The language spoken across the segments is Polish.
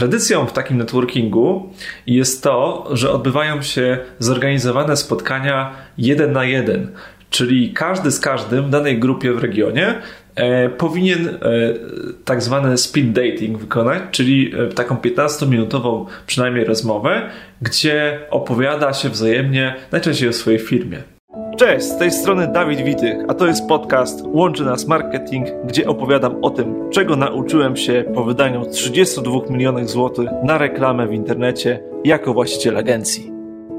Tradycją w takim networkingu jest to, że odbywają się zorganizowane spotkania 1 na 1, czyli każdy z każdym w danej grupie w regionie powinien tak zwany speed dating wykonać, czyli taką 15-minutową przynajmniej rozmowę, gdzie opowiada się wzajemnie najczęściej o swojej firmie. Cześć, z tej strony Dawid Witych, a to jest podcast Łączy Nas Marketing, gdzie opowiadam o tym, czego nauczyłem się po wydaniu 32 milionów złotych na reklamę w internecie jako właściciel agencji.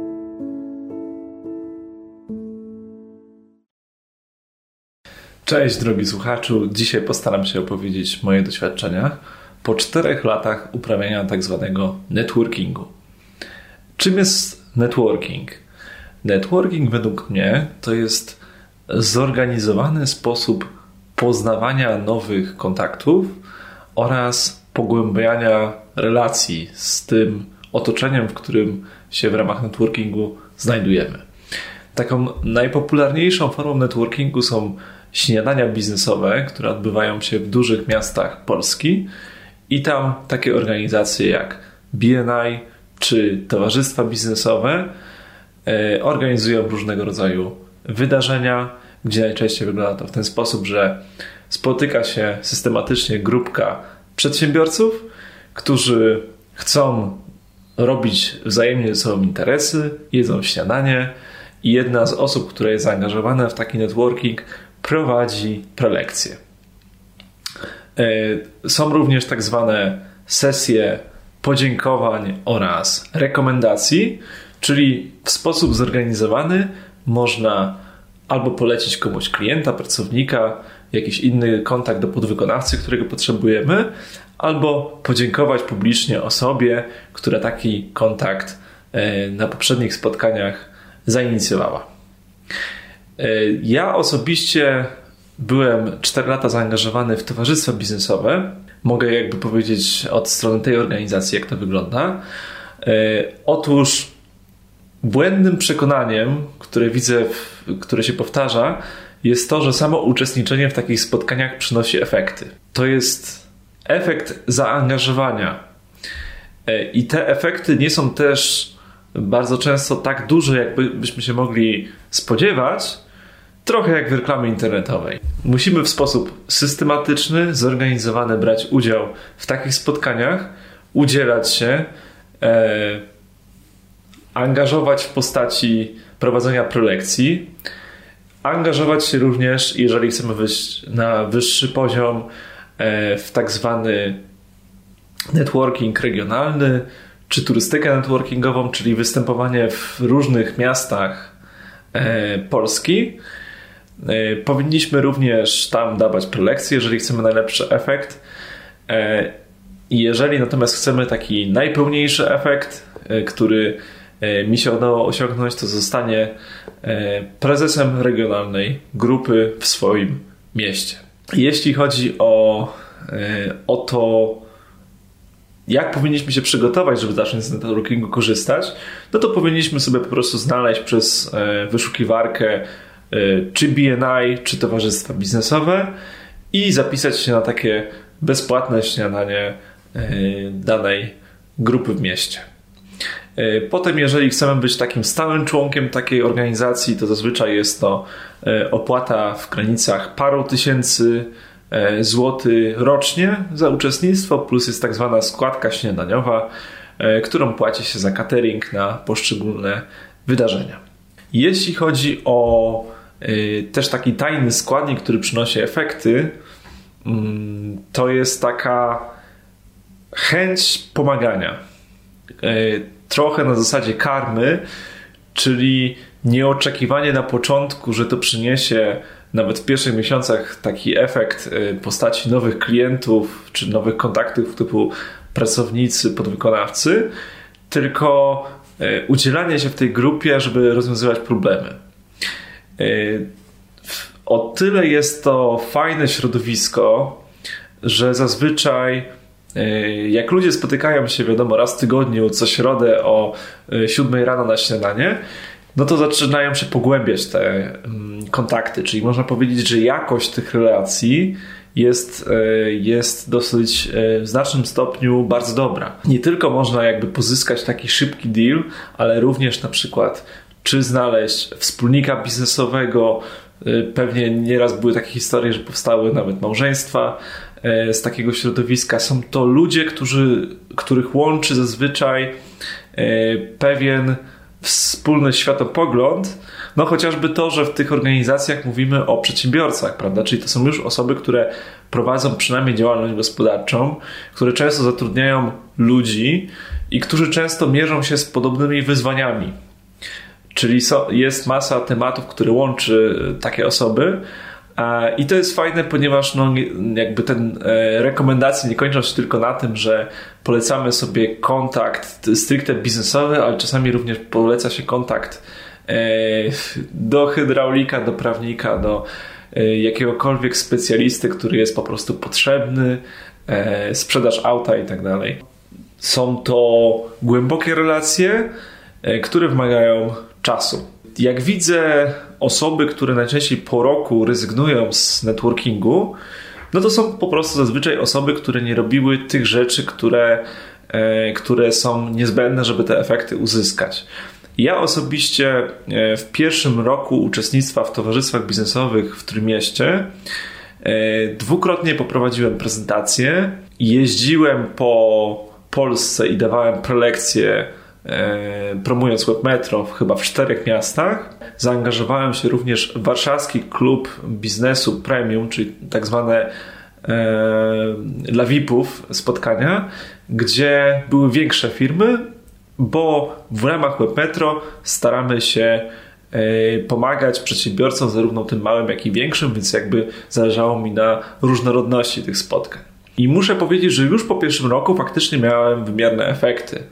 Cześć drogi słuchaczu, dzisiaj postaram się opowiedzieć moje doświadczenia po 4 latach uprawiania tak zwanego networkingu. Czym jest networking? Networking według mnie to jest zorganizowany sposób poznawania nowych kontaktów oraz pogłębiania relacji z tym otoczeniem, w którym się w ramach networkingu znajdujemy. Taką najpopularniejszą formą networkingu są śniadania biznesowe, które odbywają się w dużych miastach Polski i tam takie organizacje jak BNI czy towarzystwa biznesowe organizują różnego rodzaju wydarzenia, gdzie najczęściej wygląda to w ten sposób, że spotyka się systematycznie grupka przedsiębiorców, którzy chcą robić wzajemnie ze sobą interesy, jedzą śniadanie i jedna z osób, która jest zaangażowana w taki networking, prowadzi prelekcje. Są również tak zwane sesje podziękowań oraz rekomendacji, czyli w sposób zorganizowany można albo polecić komuś klienta, pracownika, jakiś inny kontakt do podwykonawcy, którego potrzebujemy, albo podziękować publicznie osobie, która taki kontakt na poprzednich spotkaniach zainicjowała. Ja osobiście byłem 4 lata zaangażowany w towarzystwa biznesowe. Mogę jakby powiedzieć od strony tej organizacji, jak to wygląda. Otóż błędnym przekonaniem, które widzę, które się powtarza, jest to, że samo uczestniczenie w takich spotkaniach przynosi efekty. To jest efekt zaangażowania. I te efekty nie są też bardzo często tak duże, jakbyśmy się mogli spodziewać, trochę jak w reklamie internetowej. Musimy w sposób systematyczny, zorganizowany brać udział w takich spotkaniach, udzielać się, angażować w postaci prowadzenia prelekcji, angażować się również, jeżeli chcemy wyjść na wyższy poziom, w tak zwany networking regionalny, czy turystykę networkingową, czyli występowanie w różnych miastach Polski. Powinniśmy również tam dawać prelekcje, jeżeli chcemy najlepszy efekt. Jeżeli natomiast chcemy taki najpełniejszy efekt, który mi się udało osiągnąć, to zostanie prezesem regionalnej grupy w swoim mieście. Jeśli chodzi o to, jak powinniśmy się przygotować, żeby zacząć z networkingu korzystać, no to powinniśmy sobie po prostu znaleźć przez wyszukiwarkę czy BNI, czy towarzystwa biznesowe i zapisać się na takie bezpłatne śniadanie danej grupy w mieście. Potem, jeżeli chcemy być takim stałym członkiem takiej organizacji, to zazwyczaj jest to opłata w granicach paru tysięcy złotych rocznie za uczestnictwo, plus jest tak zwana składka śniadaniowa, którą płaci się za catering na poszczególne wydarzenia. Jeśli chodzi o też taki tajny składnik, który przynosi efekty, to jest taka chęć pomagania. Trochę na zasadzie karmy, czyli nieoczekiwanie na początku, że to przyniesie nawet w pierwszych miesiącach taki efekt w postaci nowych klientów czy nowych kontaktów typu pracownicy, podwykonawcy, tylko udzielanie się w tej grupie, żeby rozwiązywać problemy. O tyle jest to fajne środowisko, że zazwyczaj jak ludzie spotykają się, wiadomo, raz w tygodniu, co środę o 7 rano na śniadanie, no to zaczynają się pogłębiać te kontakty, czyli można powiedzieć, że jakość tych relacji jest dosyć w znacznym stopniu bardzo dobra. Nie tylko można jakby pozyskać taki szybki deal, ale również na przykład czy znaleźć wspólnika biznesowego. Pewnie nieraz były takie historie, że powstały nawet małżeństwa z takiego środowiska. Są to ludzie, których łączy zazwyczaj pewien wspólny światopogląd, no chociażby to, że w tych organizacjach mówimy o przedsiębiorcach, prawda? Czyli to są już osoby, które prowadzą przynajmniej działalność gospodarczą, które często zatrudniają ludzi i którzy często mierzą się z podobnymi wyzwaniami. Czyli jest masa tematów, które łączy takie osoby i to jest fajne, ponieważ jakby rekomendacje nie kończą się tylko na tym, że polecamy sobie kontakt stricte biznesowy, ale czasami również poleca się kontakt do hydraulika, do prawnika, do jakiegokolwiek specjalisty, który jest po prostu potrzebny, sprzedaż auta i tak dalej. Są to głębokie relacje, które wymagają czasu. Jak widzę osoby, które najczęściej po roku rezygnują z networkingu, no to są po prostu zazwyczaj osoby, które nie robiły tych rzeczy, które są niezbędne, żeby te efekty uzyskać. Ja osobiście w pierwszym roku uczestnictwa w towarzystwach biznesowych w Trójmieście dwukrotnie poprowadziłem prezentacje, jeździłem po Polsce i dawałem prelekcje promując Webmetro chyba w 4 miastach. Zaangażowałem się również w warszawski klub biznesu premium, czyli tak zwane dla VIP-ów spotkania, gdzie były większe firmy, bo w ramach Webmetro staramy się pomagać przedsiębiorcom, zarówno tym małym, jak i większym, więc jakby zależało mi na różnorodności tych spotkań. I muszę powiedzieć, że już po pierwszym roku faktycznie miałem wymierne efekty.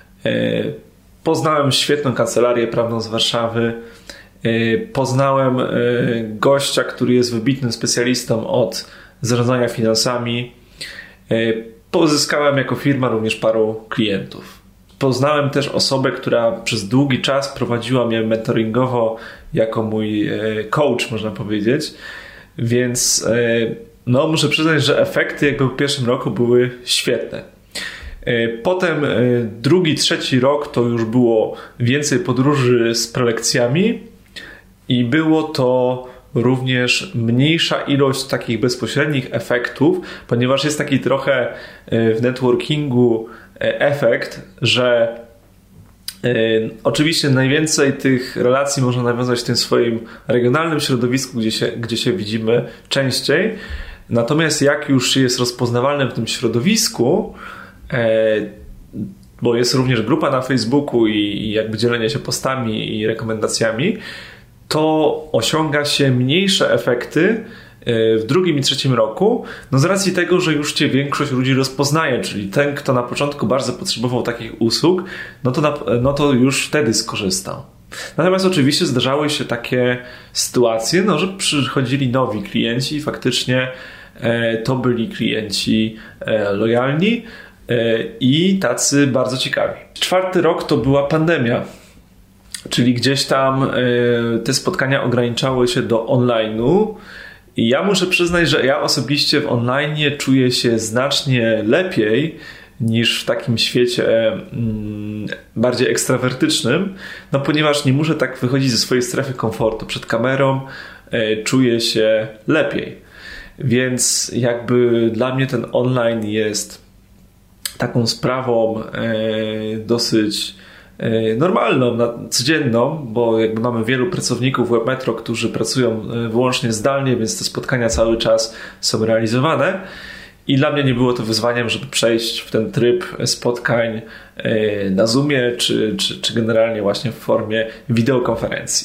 Poznałem świetną kancelarię prawną z Warszawy, poznałem gościa, który jest wybitnym specjalistą od zarządzania finansami, pozyskałem jako firma również paru klientów. Poznałem też osobę, która przez długi czas prowadziła mnie mentoringowo jako mój coach, można powiedzieć, więc muszę przyznać, że efekty jakby w pierwszym roku były świetne. Potem drugi, trzeci rok to już było więcej podróży z prelekcjami i było to również mniejsza ilość takich bezpośrednich efektów, ponieważ jest taki trochę w networkingu efekt, że oczywiście najwięcej tych relacji można nawiązać w tym swoim regionalnym środowisku, gdzie się widzimy częściej. Natomiast jak już jest rozpoznawalne w tym środowisku, bo jest również grupa na Facebooku i jakby dzielenie się postami i rekomendacjami, to osiąga się mniejsze efekty w drugim i trzecim roku, z racji tego, że już cię większość ludzi rozpoznaje, czyli ten, kto na początku bardzo potrzebował takich usług, no to już wtedy skorzystał. Natomiast oczywiście zdarzały się takie sytuacje, że przychodzili nowi klienci i faktycznie to byli klienci lojalni i tacy bardzo ciekawi. 4. rok to była pandemia, czyli gdzieś tam te spotkania ograniczały się do online'u i ja muszę przyznać, że ja osobiście w online czuję się znacznie lepiej niż w takim świecie bardziej ekstrawertycznym, ponieważ nie muszę tak wychodzić ze swojej strefy komfortu. Przed kamerą czuję się lepiej. Więc jakby dla mnie ten online jest taką sprawą dosyć normalną, codzienną, bo jakby mamy wielu pracowników Webmetro, którzy pracują wyłącznie zdalnie, więc te spotkania cały czas są realizowane i dla mnie nie było to wyzwaniem, żeby przejść w ten tryb spotkań na Zoomie, czy generalnie właśnie w formie wideokonferencji.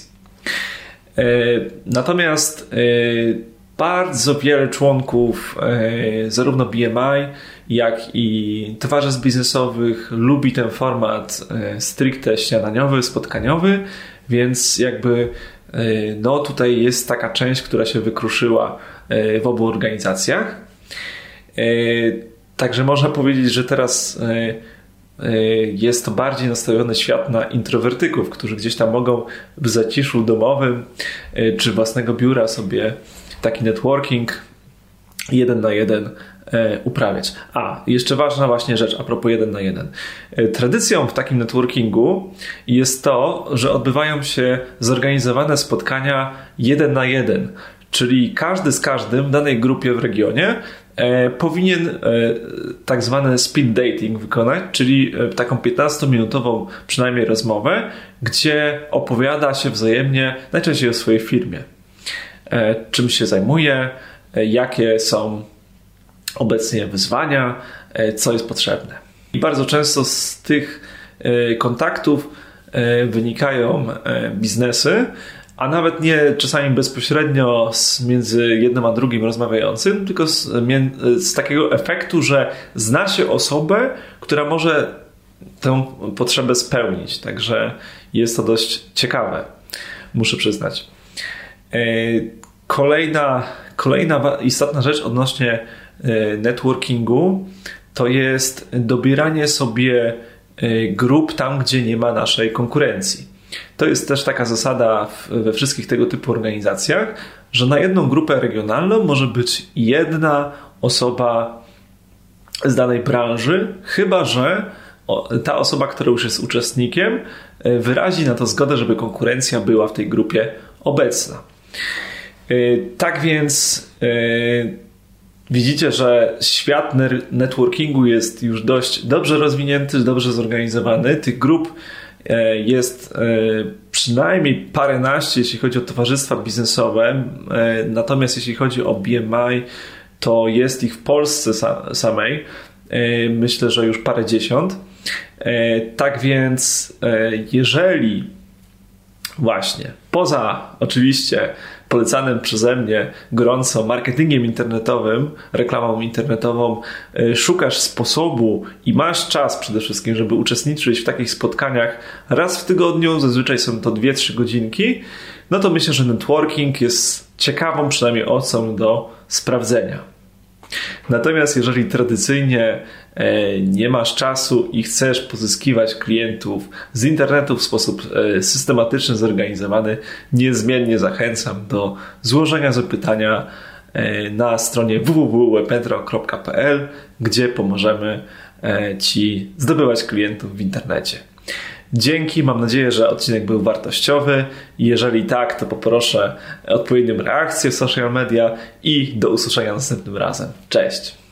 Natomiast bardzo wiele członków zarówno BMI, jak i towarzystw biznesowych lubi ten format stricte śniadaniowy, spotkaniowy, więc jakby tutaj jest taka część, która się wykruszyła w obu organizacjach. Także można powiedzieć, że teraz jest to bardziej nastawiony świat na introwertyków, którzy gdzieś tam mogą w zaciszu domowym czy własnego biura sobie taki networking 1 na 1 uprawiać. Jeszcze ważna właśnie rzecz a propos 1 na 1. Tradycją w takim networkingu jest to, że odbywają się zorganizowane spotkania 1 na 1, czyli każdy z każdym w danej grupie w regionie powinien tak zwany speed dating wykonać, czyli taką 15-minutową przynajmniej rozmowę, gdzie opowiada się wzajemnie najczęściej o swojej firmie. Czym się zajmuje, jakie są obecnie wyzwania, co jest potrzebne. I bardzo często z tych kontaktów wynikają biznesy, a nawet nie czasami bezpośrednio między jednym a drugim rozmawiającym, tylko z takiego efektu, że zna się osobę, która może tę potrzebę spełnić. Także jest to dość ciekawe, muszę przyznać. Kolejna istotna rzecz odnośnie networkingu to jest dobieranie sobie grup tam, gdzie nie ma naszej konkurencji. To jest też taka zasada we wszystkich tego typu organizacjach, że na jedną grupę regionalną może być jedna osoba z danej branży, chyba że ta osoba, która już jest uczestnikiem, wyrazi na to zgodę, żeby konkurencja była w tej grupie obecna. Tak więc widzicie, że świat networkingu jest już dość dobrze rozwinięty, dobrze zorganizowany. Tych grup jest przynajmniej paręnaście, jeśli chodzi o towarzystwa biznesowe. Natomiast jeśli chodzi o BMI, to jest ich w Polsce samej. Myślę, że już parędziesiąt. Tak więc jeżeli właśnie poza oczywiście polecanym przeze mnie gorąco marketingiem internetowym, reklamą internetową, szukasz sposobu i masz czas przede wszystkim, żeby uczestniczyć w takich spotkaniach raz w tygodniu, zazwyczaj są to 2-3 godzinki, no to myślę, że networking jest ciekawą przynajmniej opcją do sprawdzenia. Natomiast jeżeli tradycyjnie nie masz czasu i chcesz pozyskiwać klientów z internetu w sposób systematyczny, zorganizowany, niezmiennie zachęcam do złożenia zapytania na stronie www.webentro.pl, gdzie pomożemy Ci zdobywać klientów w internecie. Dzięki, mam nadzieję, że odcinek był wartościowy. Jeżeli tak, to poproszę odpowiednią reakcję w social media i do usłyszenia następnym razem. Cześć!